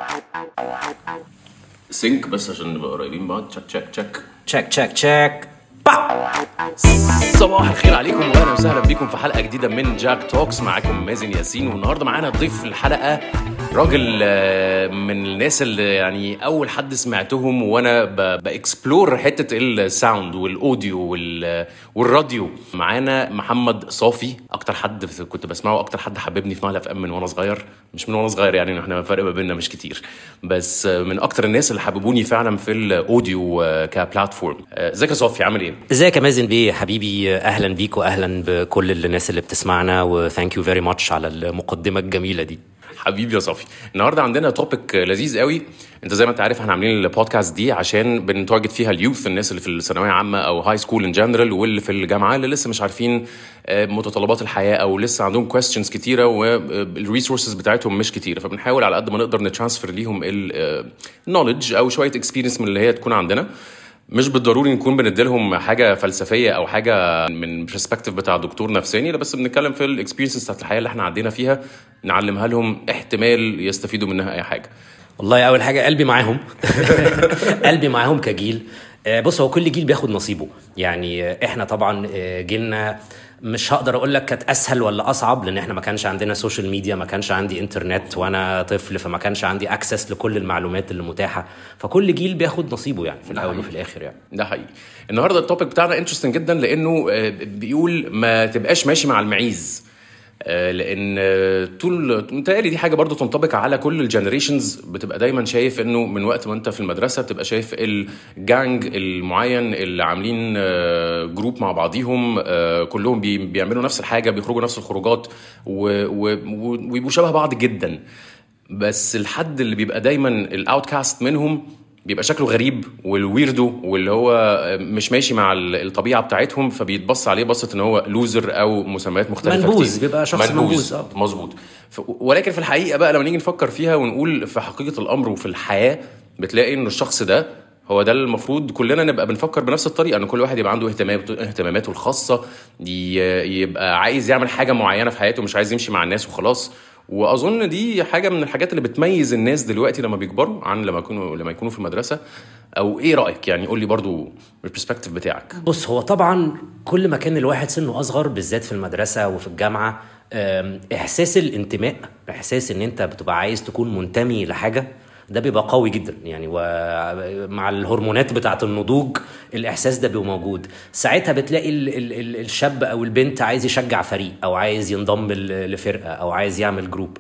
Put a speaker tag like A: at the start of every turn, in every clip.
A: سينك بس عشان نبقى قريبين بعض. تشك تشك تشك
B: تشك تشك تشك با.
A: صباح الخير عليكم واهلا وسهلا بيكم في حلقه جديده من جاك توكس. معاكم مازن ياسين، والنهارده معانا ضيف الحلقه راجل من الناس اللي يعني اول حد سمعتهم وانا باكسبلور حته الساوند والاوديو والراديو. معانا محمد صافي، اكتر حد كنت بسمعه، اكتر حد حببني في نايل اف ام من وانا صغير. مش من وانا صغير يعني، احنا فرق ما بيننا مش كتير، بس من اكتر الناس اللي حببوني فعلا في الاوديو كبلاتفورم. ازيك يا صافي، عامل ايه؟
B: ازيك يا مازن بيه حبيبي، اهلا بيك واهلا بكل الناس اللي بتسمعنا، وثانك يو فيري ماتش على المقدمه الجميله دي.
A: حبيبي يا صافي، النهارده عندنا توبيك لذيذ قوي. انت زي ما انت عارف احنا عاملين البودكاست دي عشان بنتارجت فيها اليوث، الناس اللي في الثانويه عامه او هاي سكول ان جنرال، واللي في الجامعه اللي لسه مش عارفين متطلبات الحياه، او لسه عندهم كويستشنز كتيره والريسورسز بتاعتهم مش كتيره. فبنحاول على قد ما نقدر نترانسفير ليهم النوليدج او شويه اكسبيرينس من اللي هي تكون عندنا. مش بالضروري نكون بنديلهم حاجه فلسفيه او حاجه من برسبكتيف بتاع دكتور نفساني، لا، بس بنتكلم في الاكسبيرينسز بتاعت الحياه اللي احنا عدينا فيها، نعلمها لهم، احتمال يستفيدوا منها اي حاجه.
B: والله اول حاجه قلبي معاهم قلبي معاهم كجيل. بص، هو كل جيل بياخد نصيبه يعني. احنا طبعا جيلنا مش هقدر اقول لك كانت اسهل ولا اصعب، لان احنا ما كانش عندنا سوشيال ميديا، ما كانش عندي انترنت وانا طفل، فما كانش عندي اكسس لكل المعلومات اللي متاحه. فكل جيل بياخد نصيبه يعني في الاول وفي الاخر يعني.
A: ده حقيقي. النهارده التوبيك بتاعنا انترستنج جدا، لانه بيقول ما تبقاش ماشي مع المعيز، لان طول متهيألي دي حاجه برضو تنطبق على كل الجنريشنز. بتبقى دايما شايف انه من وقت ما انت في المدرسه بتبقى شايف الجانج المعين اللي عاملين جروب مع بعضيهم، كلهم بيعملوا نفس الحاجه، بيخرجوا نفس الخروجات ويبقوا شبه بعض جدا. بس الحد اللي بيبقى دايما الاوتكاست منهم بيبقى شكله غريب والويردو، واللي هو مش ماشي مع الطبيعه بتاعتهم، فبيتبص عليه بصه ان هو لوزر او مسميات مختلفه،
B: منبوذ، بيبقى شخص منبوذ.
A: مظبوط. ولكن في الحقيقه بقى لما نيجي نفكر فيها ونقول في حقيقه الامر وفي الحياه، بتلاقي ان الشخص ده هو ده المفروض كلنا نبقى بنفكر بنفس الطريقه، ان كل واحد يبقى عنده اهتماماته الخاصه، يبقى عايز يعمل حاجه معينه في حياته، مش عايز يمشي مع الناس وخلاص. واظن دي حاجه من الحاجات اللي بتميز الناس دلوقتي لما بيكبروا عن لما يكونوا في المدرسه. او ايه رايك يعني؟ قول لي برضو البرسبكتيف بتاعك.
B: بص، هو طبعا كل ما كان الواحد سنه اصغر، بالذات في المدرسه وفي الجامعه، احساس الانتماء، احساس ان انت بتبقى عايز تكون منتمي لحاجه، ده بيبقى قوي جدا يعني. ومع الهرمونات بتاعه النضوج الاحساس ده بيبقى موجود. ساعتها بتلاقي الشاب او البنت عايز يشجع فريق، او عايز ينضم لفرقه، او عايز يعمل جروب.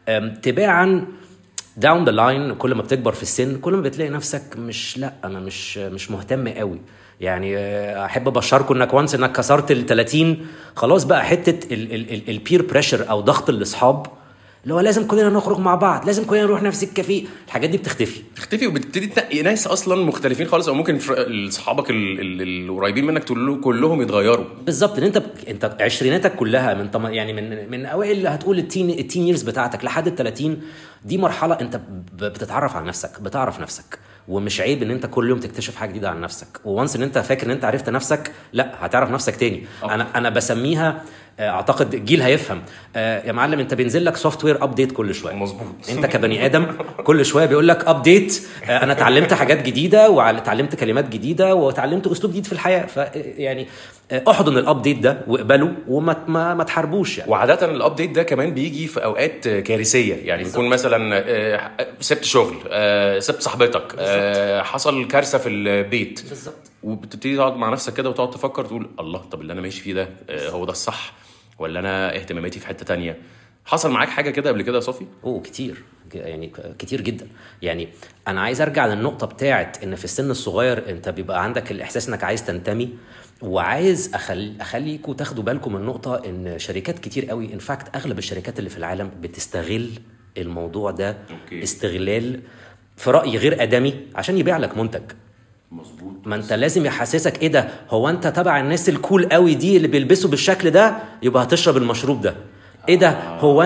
B: تباعا داون ذا لاين، كل ما بتكبر في السن كل ما بتلاقي نفسك انا مش مهتم قوي يعني. احب ابشركم انك وانس انك كسرت ال30 خلاص بقى حته البير بريشر او ضغط الاصحاب، اللي هو لازم كلنا نخرج مع بعض، لازم كلنا نروح نفس الكافيه. الحاجات دي بتختفي
A: وبتبتدي تنقي ناس اصلا مختلفين خالص، او ممكن اصحابك القريبين منك كلهم يتغيروا.
B: بالظبط. ان انت عشريناتك كلها يعني من اوائل هتقول التين ييرز بتاعتك لحد ال30، دي مرحله انت بتتعرف على نفسك، بتعرف نفسك. ومش عيب ان انت كل يوم تكتشف حاجه جديده عن نفسك. وانس ان انت فاكر ان انت عرفت نفسك، لا، هتعرف نفسك تاني. انا بسميها، اعتقد الجيل هيفهم، يا معلم، انت بينزل لك سوفت وير ابديت كل شويه.
A: مظبوط.
B: انت كبني ادم كل شويه بيقول لك ابديت. انا اتعلمت حاجات جديده، واتعلمت كلمات جديده، واتعلمت اسلوب جديد في الحياه. فيعني احضن الابديت ده واقبله، وما ما تحاربوش يعني.
A: وعاده الابديت ده كمان بيجي في اوقات كارثيه يعني. بيكون مثلا سبت شغل، سبت صاحبتك، حصل كارثه في البيت
B: بالظبط،
A: وبتبتدي تقعد مع نفسك كده وتقعد تفكر، تقول الله، طب اللي انا ماشي فيه ده هو ده الصح، ولا انا اهتماماتي في حته تانية؟ حصل معاك حاجه كده قبل كده يا صافي؟
B: كتير يعني، كتير جدا يعني. انا عايز ارجع للنقطه بتاعت ان في السن الصغير انت بيبقى عندك الاحساس انك عايز تنتمي، وعايز اخليكوا تاخدوا بالكم من نقطه، ان شركات كتير قوي، ان فاكت اغلب الشركات اللي في العالم بتستغل الموضوع ده. استغلال في رايي غير ادمي عشان يبيع لك منتج.
A: مظبوط.
B: ما انت لازم يحسسك ايه ده، هو انت تبع الناس الكول قوي دي اللي بيلبسوا بالشكل ده، يبقى هتشرب المشروب ده. ايه ده، هو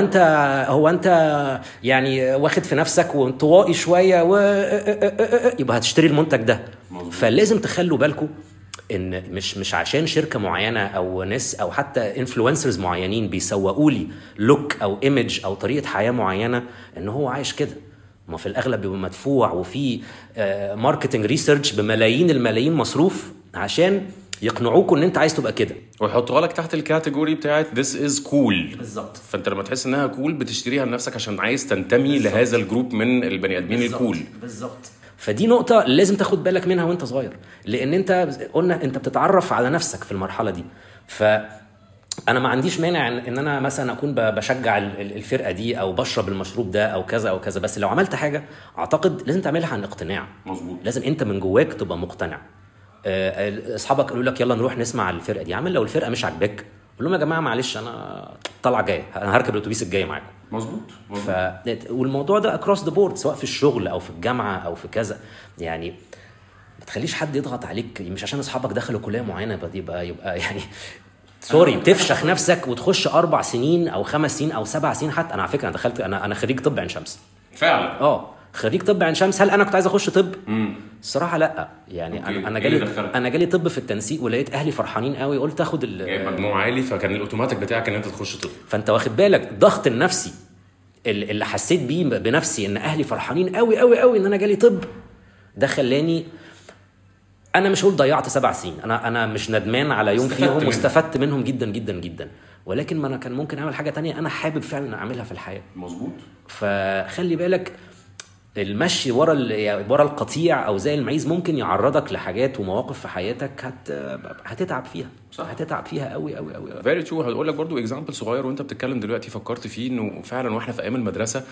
B: انت يعني واخد في نفسك وانطوائي شويه يبقى هتشتري المنتج ده. فلازم تخلوا بالكم ان مش عشان شركه معينه او ناس او حتى انفلونسرز معينين بيسوقوا لي لوك او ايمج او طريقه حياه معينه ان هو عايش كده. ما في الاغلب بيبقى مدفوع وفي ماركتنج ريسيرش بملايين الملايين مصروف عشان يقنعوك ان انت عايز تبقى كده،
A: ويحطوها لك تحت الكاتيجوري بتاعت this is cool.
B: بالظبط.
A: فانت لما تحس انها كول بتشتريها لنفسك عشان عايز تنتمي لهذا الجروب من البني ادمين الكول.
B: بالظبط. فدي نقطة لازم تاخد بالك منها وانت صغير، لان انت قلنا انت بتتعرف على نفسك في المرحلة دي. فانا ما عنديش مانع ان انا مثلا اكون بشجع الفرقة دي او بشرب المشروب ده او كذا او كذا، بس لو عملت حاجة اعتقد لازم تعملها عن اقتناع.
A: مظبوط.
B: لازم انت من جواك تبقى مقتنع. اصحابك قالوا لك يلا نروح نسمع الفرقة دي، عامل لو الفرقة مش عاجباك قول لهم يا جماعة معلش انا طالعة جاية، انا هركب الاتوبيس الجاي معاكم.
A: مظبوط.
B: والموضوع ده across the board سواء في الشغل او في الجامعه او في كذا. يعني ما تخليش حد يضغط عليك مش عشان اصحابك دخلوا كليه معينه يبقى يعني سوري تفشخ نفسك وتخش 4 سنين او 5 سنين او 7 سنين. حتى انا على فكره انا دخلت انا خريج طب عين شمس
A: فعلا.
B: خريج طب عين شمس. هل انا كنت عايز اخش طب؟ الصراحه لا. يعني انا جالي طب في التنسيق ولقيت اهلي فرحانين قوي، قلت اخد
A: مجموع عالي، فكان الاوتوماتيك بتاعك ان انت تخش طب.
B: فانت واخد بالك الضغط النفسي اللي حسيت بيه بنفسي ان اهلي فرحانين قوي قوي قوي ان انا جالي طب، ده خلاني انا مش هقول ضيعت 7 سنين، انا مش ندمان على يوم فيهم واستفدت منهم جدا جدا جدا، ولكن ما انا كان ممكن اعمل حاجه تانية انا حابب فعلا اعملها في الحياه.
A: مظبوط.
B: فخلي بالك المشي ورا القطيع او زي المعيز ممكن يعرضك لحاجات ومواقف في حياتك هتتعب فيها. صح. هتتعب فيها قوي قوي قوي.
A: فيري ترو. هقول لك برضو اكزامبل صغير وانت بتتكلم دلوقتي فكرت فيه، انه فعلا واحنا في ايام المدرسه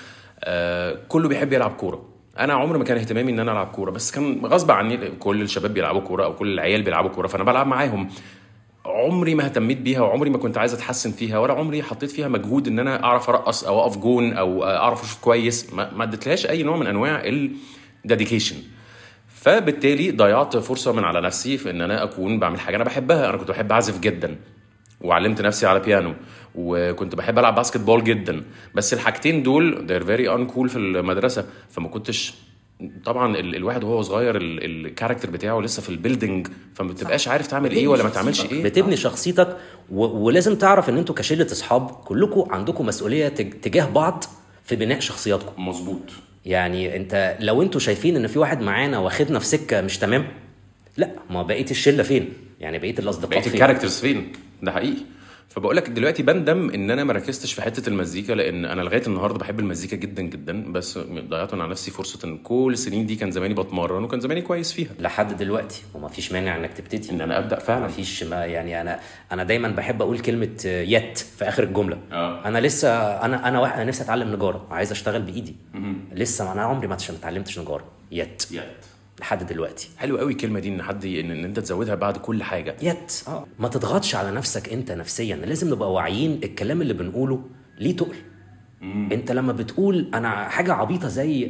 A: كله بيحب يلعب كوره. انا عمري ما كان اهتمامي ان انا العب كوره، بس كان غصب عني كل الشباب بيلعبوا كوره او كل العيال بيلعبوا كوره فانا بلعب معاهم. عمري ما اهتميت بيها وعمري ما كنت عايز اتحسن فيها ولا عمري حطيت فيها مجهود ان انا اعرف ارقص او اقف جون او اعرف اشوط كويس. ما اديتلهاش اي نوع من انواع الديديكيشن. فبالتالي ضيعت فرصه من على نفسي في ان انا اكون بعمل حاجه انا بحبها. انا كنت بحب اعزف جدا وعلمت نفسي على بيانو وكنت بحب العب باسكت بول جدا، بس الحاجتين دول they're very uncool في المدرسه. فما كنتش طبعا الواحد وهو صغير الكاركتر بتاعه لسه في البيلدينج، فما بتبقاش عارف تعمل ايه ولا ما تعملش ايه.
B: بتبني شخصيتك ولازم تعرف ان انتوا كشله اصحاب كلكم عندكم مسؤوليه تجاه بعض في بناء شخصياتكم.
A: مظبوط.
B: يعني انت لو انتوا شايفين ان في واحد معانا واخدنا في سكه مش تمام، لا ما بقيت الشله فين؟ يعني بقيت الاصدقاء
A: بقيت الكاركترز فين؟ ده حقيقي. فبقول لك دلوقتي بندم ان انا ما ركزتش في حته المزيكا، لان انا لغايه النهارده بحب المزيكا جدا جدا، بس ضيعت على نفسي فرصه ان كل السنين دي كان زماني بتمرن وكان زماني كويس فيها
B: لحد دلوقتي. وما فيش مانع انك تبتدي
A: ان انا ابدا فعلا.
B: ما فيش يعني انا دايما بحب اقول كلمه يت في اخر الجمله. انا لسه انا نفسي اتعلم نجاره وعايز اشتغل بايدي. لسه انا عمري ما اتعلمتش نجاره يت لحد دلوقتي.
A: حلو قوي الكلمه دي ان حد ان انت تزودها بعد كل حاجه
B: ما تضغطش على نفسك انت نفسيا. لازم نبقى واعيين الكلام اللي بنقوله ليه تقل. انت لما بتقول انا حاجه عبيطه زي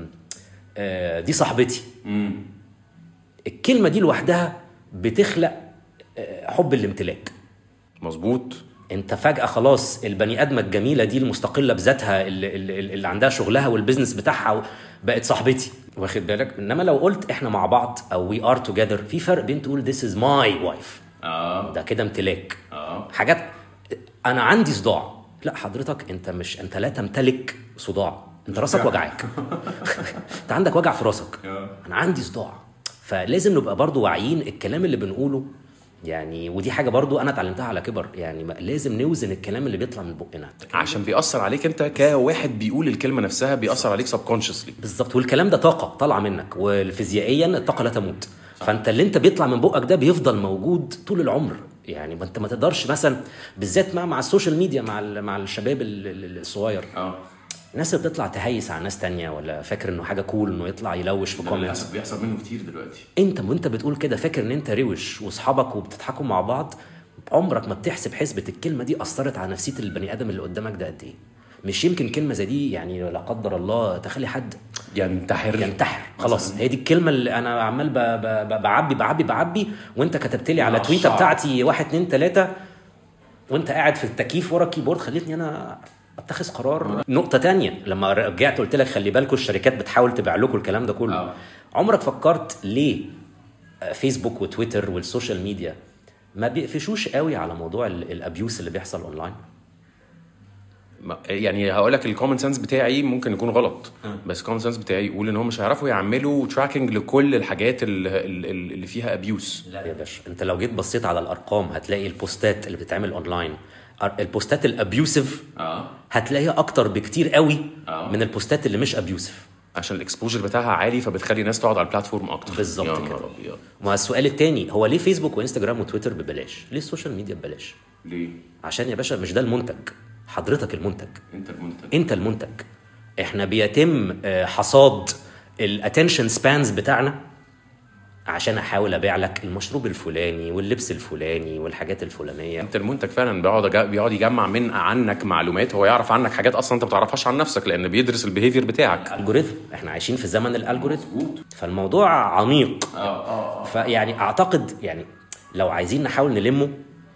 B: دي صاحبتي، الكلمه دي لوحدها بتخلق حب الامتلاك.
A: مظبوط.
B: انت فجأة خلاص البني ادمه الجميله دي المستقله بذاتها اللي عندها شغلها والبيزنس بتاعها بقت صاحبتي، واخد بالك؟ انما لو قلت احنا مع بعض او we are together، في فرق بين تقول this is my wife ده كده امتلاك. حاجات انا عندي صداع، لا حضرتك انت لا تمتلك صداع، انت راسك وجعك انت عندك وجع في راسك. انا عندي صداع. فلازم نبقى برضو واعيين الكلام اللي بنقوله يعني. ودي حاجه برضو انا اتعلمتها على كبر، يعني لازم نوزن الكلام اللي بيطلع من بقنا
A: عشان بيأثر عليك انت كواحد بيقول الكلمه نفسها، بيأثر عليك سبكونشسلي.
B: بالظبط. والكلام ده طاقه طالعه منك، والفيزيائيا الطاقه لا تموت. فانت اللي انت بيطلع من بقك ده بيفضل موجود طول العمر. يعني انت ما تقدرش مثلا بالذات مع السوشيال ميديا مع الشباب الصغير الناس اللي بتطلع تهيس على ناس تانية ولا فاكر انه حاجه كول انه يطلع يلوش في كومنتس.
A: بيحصل منه كتير دلوقتي.
B: انت بتقول كده فاكر ان انت روش واصحابك وبتضحكوا مع بعض، عمرك ما بتحسب حسبه الكلمه دي اثرت على نفسيه البني ادم اللي قدامك ده قد ايه. مش يمكن كلمه زي دي يعني لا قدر الله تخلي حد ينتحر خلاص. هي دي الكلمه اللي انا عمال بعبي وانت كتبت لي على تويتر بتاعتي 1 2 3 وانت قاعد في التكييف ورا الكيبورد، خليتني انا اتخذ قرار. نقطه تانية لما رجعت قلت لك خلي بالكم الشركات بتحاول تبيع لكم الكلام ده كله. عمرك فكرت ليه فيسبوك وتويتر والسوشيال ميديا ما بيقفشوش قوي على موضوع الابيوس اللي بيحصل اونلاين؟
A: يعني هقول لك الكومن سنس بتاعي ممكن يكون غلط، بس الكومن سنس بتاعي يقول ان هم مش هيعرفوا يعملوا تراكنج لكل الحاجات اللي فيها ابيوس.
B: لا يا باشا، انت لو جيت بصيت على الارقام هتلاقي البوستات اللي بتتعمل اونلاين، البوستات الابيوسيف هتلاقيها اكتر بكتير قوي من البوستات اللي مش ابيوسيف،
A: عشان الاكسبوجر بتاعها عالي فبتخلي الناس تقعد على البلاتفورم اكتر.
B: بالظبط كده. والسؤال التاني هو ليه فيسبوك وانستجرام وتويتر ببلاش؟ ليه السوشيال ميديا ببلاش؟
A: ليه؟
B: عشان يا باشا مش ده المنتج، حضرتك المنتج،
A: انت
B: المنتج. احنا بيتم حصاد الاتنشن سبانز بتاعنا عشان احاول ابيع لك المشروب الفلاني واللبس الفلاني والحاجات الفلانيه.
A: انت المنتج فعلا بيقعد يجمع عنك معلومات، هو يعرف عنك حاجات اصلا انت ما تعرفهاش عن نفسك، لان بيدرس البيهيفير بتاعك.
B: الالجوريثم، احنا عايشين في زمن الالجوريثم، فالموضوع عميق. فيعني اعتقد يعني لو عايزين نحاول نلمه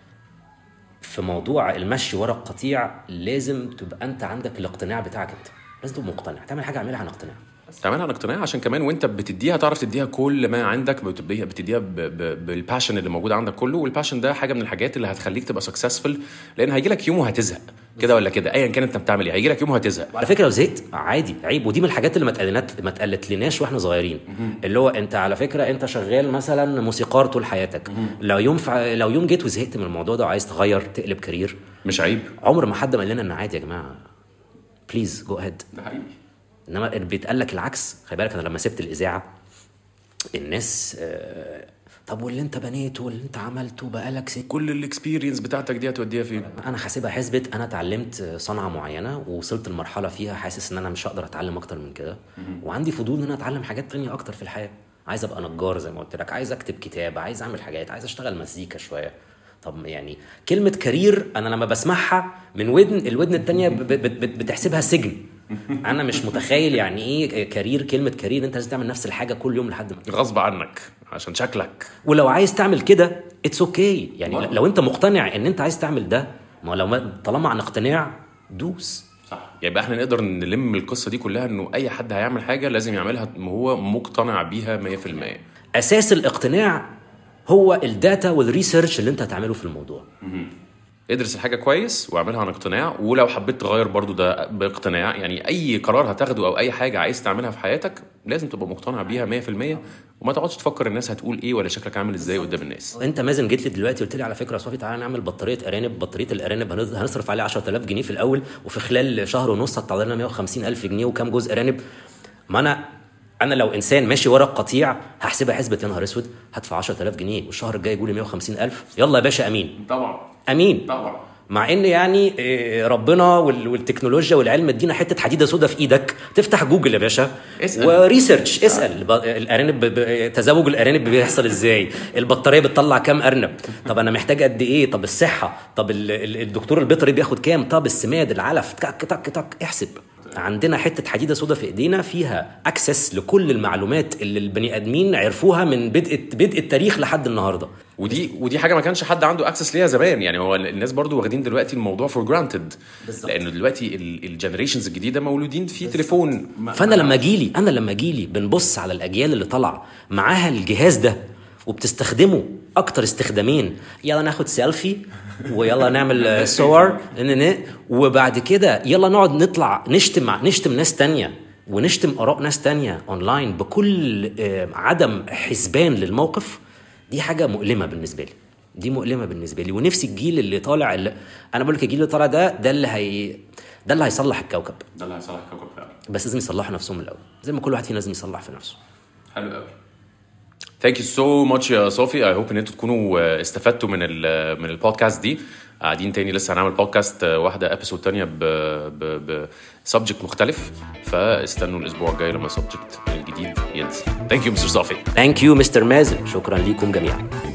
B: في موضوع المشي ورا القطيع، لازم تبقى انت عندك الاقتناع بتاعك، انت لازم تبقى مقتنع، تعمل حاجه اعملها عن اقتناع،
A: تعملها عن اقتناع، عشان كمان وانت بتديها تعرف تديها كل ما عندك، بتديها بالباشن اللي موجود عندك كله. والباشن ده حاجه من الحاجات اللي هتخليك تبقى سكسسفل، لان هيجي لك يوم وهتزهق كده ولا كده، ايا كان انت بتعمل ايه هيجي لك يوم وهتزهق.
B: على فكره لو زهقت عادي، عيب. ودي من الحاجات اللي ما اتقالت لناش واحنا صغيرين، اللي هو انت على فكره انت شغال مثلا موسيقار طول حياتك، لو يوم جيت وزهقت من الموضوع ده وعايز تغير تقلب كارير،
A: مش عيب.
B: عمر ما حد قال لنا ان عادي يا جماعه بليز جو اهيد.
A: ده حقيقي.
B: انما بيتقال لك العكس. خلي بالك انا لما سبت الاذاعه الناس طب واللي انت بنيته واللي انت عملته بقالك
A: كل الاكسبيرينس بتاعتك دي هتوديها فين؟
B: انا حاسبها حسبة. انا اتعلمت صنعه معينه ووصلت لمرحله فيها حاسس ان انا مش هقدر اتعلم اكتر من كده، وعندي فضول ان انا اتعلم حاجات تانية اكتر في الحياه. عايز ابقى نجار زي ما قلت لك، عايز اكتب كتاب، عايز اعمل حاجات، عايز اشتغل مزيكا شويه. طب يعني كلمه كارير انا لما بسمعها من الودن التانية بتحسبها سجن. انا مش متخيل يعني ايه كارير. كلمه كارير انت لازم تعمل نفس الحاجه كل يوم لحد ما
A: غصب عنك عشان شكلك.
B: ولو عايز تعمل كده اتس اوكي يعني لو انت مقتنع ان انت عايز تعمل ده، ما لو طالما عن اقتناع دوس.
A: صح. يبقى احنا نقدر نلم القصه دي كلها انه اي حد هيعمل حاجه لازم يعملها وهو مقتنع بيها 100%.
B: اساس الاقتناع هو الداتا والريسيرش اللي انت هتعمله في الموضوع.
A: ادرس الحاجه كويس واعملها عن اقتناع، ولو حبيت تغير برضو ده باقتناع. يعني اي قرار هتاخده او اي حاجه عايز تعملها في حياتك لازم تبقى مقتنع بيها 100%، وما تقعدش تفكر الناس هتقول ايه ولا شكلك عامل ازاي قدام الناس.
B: انت مازن جيت لي دلوقتي قلت لي على فكره يا صافي تعالى نعمل بطاريه ارانب. بطاريه الارانب هنصرف عليها 10000 جنيه في الاول، وفي خلال شهر ونص هتطلع لنا 150000 جنيه وكام جزء ارانب. ما انا لو انسان ماشي ورا القطيع هحسبها حسبه يا نهار اسود، هدفع 10000 جنيه والشهر الجاي يقول لي 150000. يلا يا باشا امين.
A: طبعا
B: امين
A: طبعا.
B: مع ان يعني ربنا والتكنولوجيا والعلم ادينا حته حديده سودا في ايدك، تفتح جوجل يا باشا وريسيرش، اسال الارانب تزاوج الارانب بيحصل ازاي، البطاريه بتطلع كام ارنب، طب انا محتاج قد ايه، طب الصحه، طب الدكتور البيطري بياخد كام، طب السماد العلف تك تك تك احسب. عندنا حته حديده سودا في ايدينا فيها اكسس لكل المعلومات اللي البني ادمين عرفوها من بدء التاريخ لحد النهارده.
A: ودي حاجه ما كانش حد عنده اكسس ليها زمان. يعني هو الناس برضو واخدين دلوقتي الموضوع فور جرانتد، لانه دلوقتي الجنريشنز الجديده مولودين في تليفون.
B: فانا لما اجيلي بنبص على الاجيال اللي طالعه معاها الجهاز ده وبتستخدمه اكتر استخدامين، يلا ناخد سيلفي ويلا نعمل صور وبعد كده يلا نقعد نطلع نشتم ناس تانية ونشتم اراء ناس تانية اونلاين بكل عدم حسبان للموقف. دي حاجه مؤلمه بالنسبه لي. ونفسي الجيل اللي طالع انا بقول لك الجيل اللي طالع ده اللي هيصلح الكوكب.
A: فعلا.
B: بس لازم يصلحوا نفسهم الاول، زي ما كل واحد فينا لازم يصلح في نفسه.
A: حلو قوي. Thank you so much يا صافي. I hope ان انتوا تكونوا استفدتوا من البودكاست دي. قاعدين تاني لسه هنعمل بودكاست واحدة ابيسود تانية بسبجكت مختلف، فاستنوا الاسبوع الجاي لما السبجكت الجديد ينزل. Thank you Mr. صافي.
B: Thank you Mr. مازن. شكرا لكم جميعا.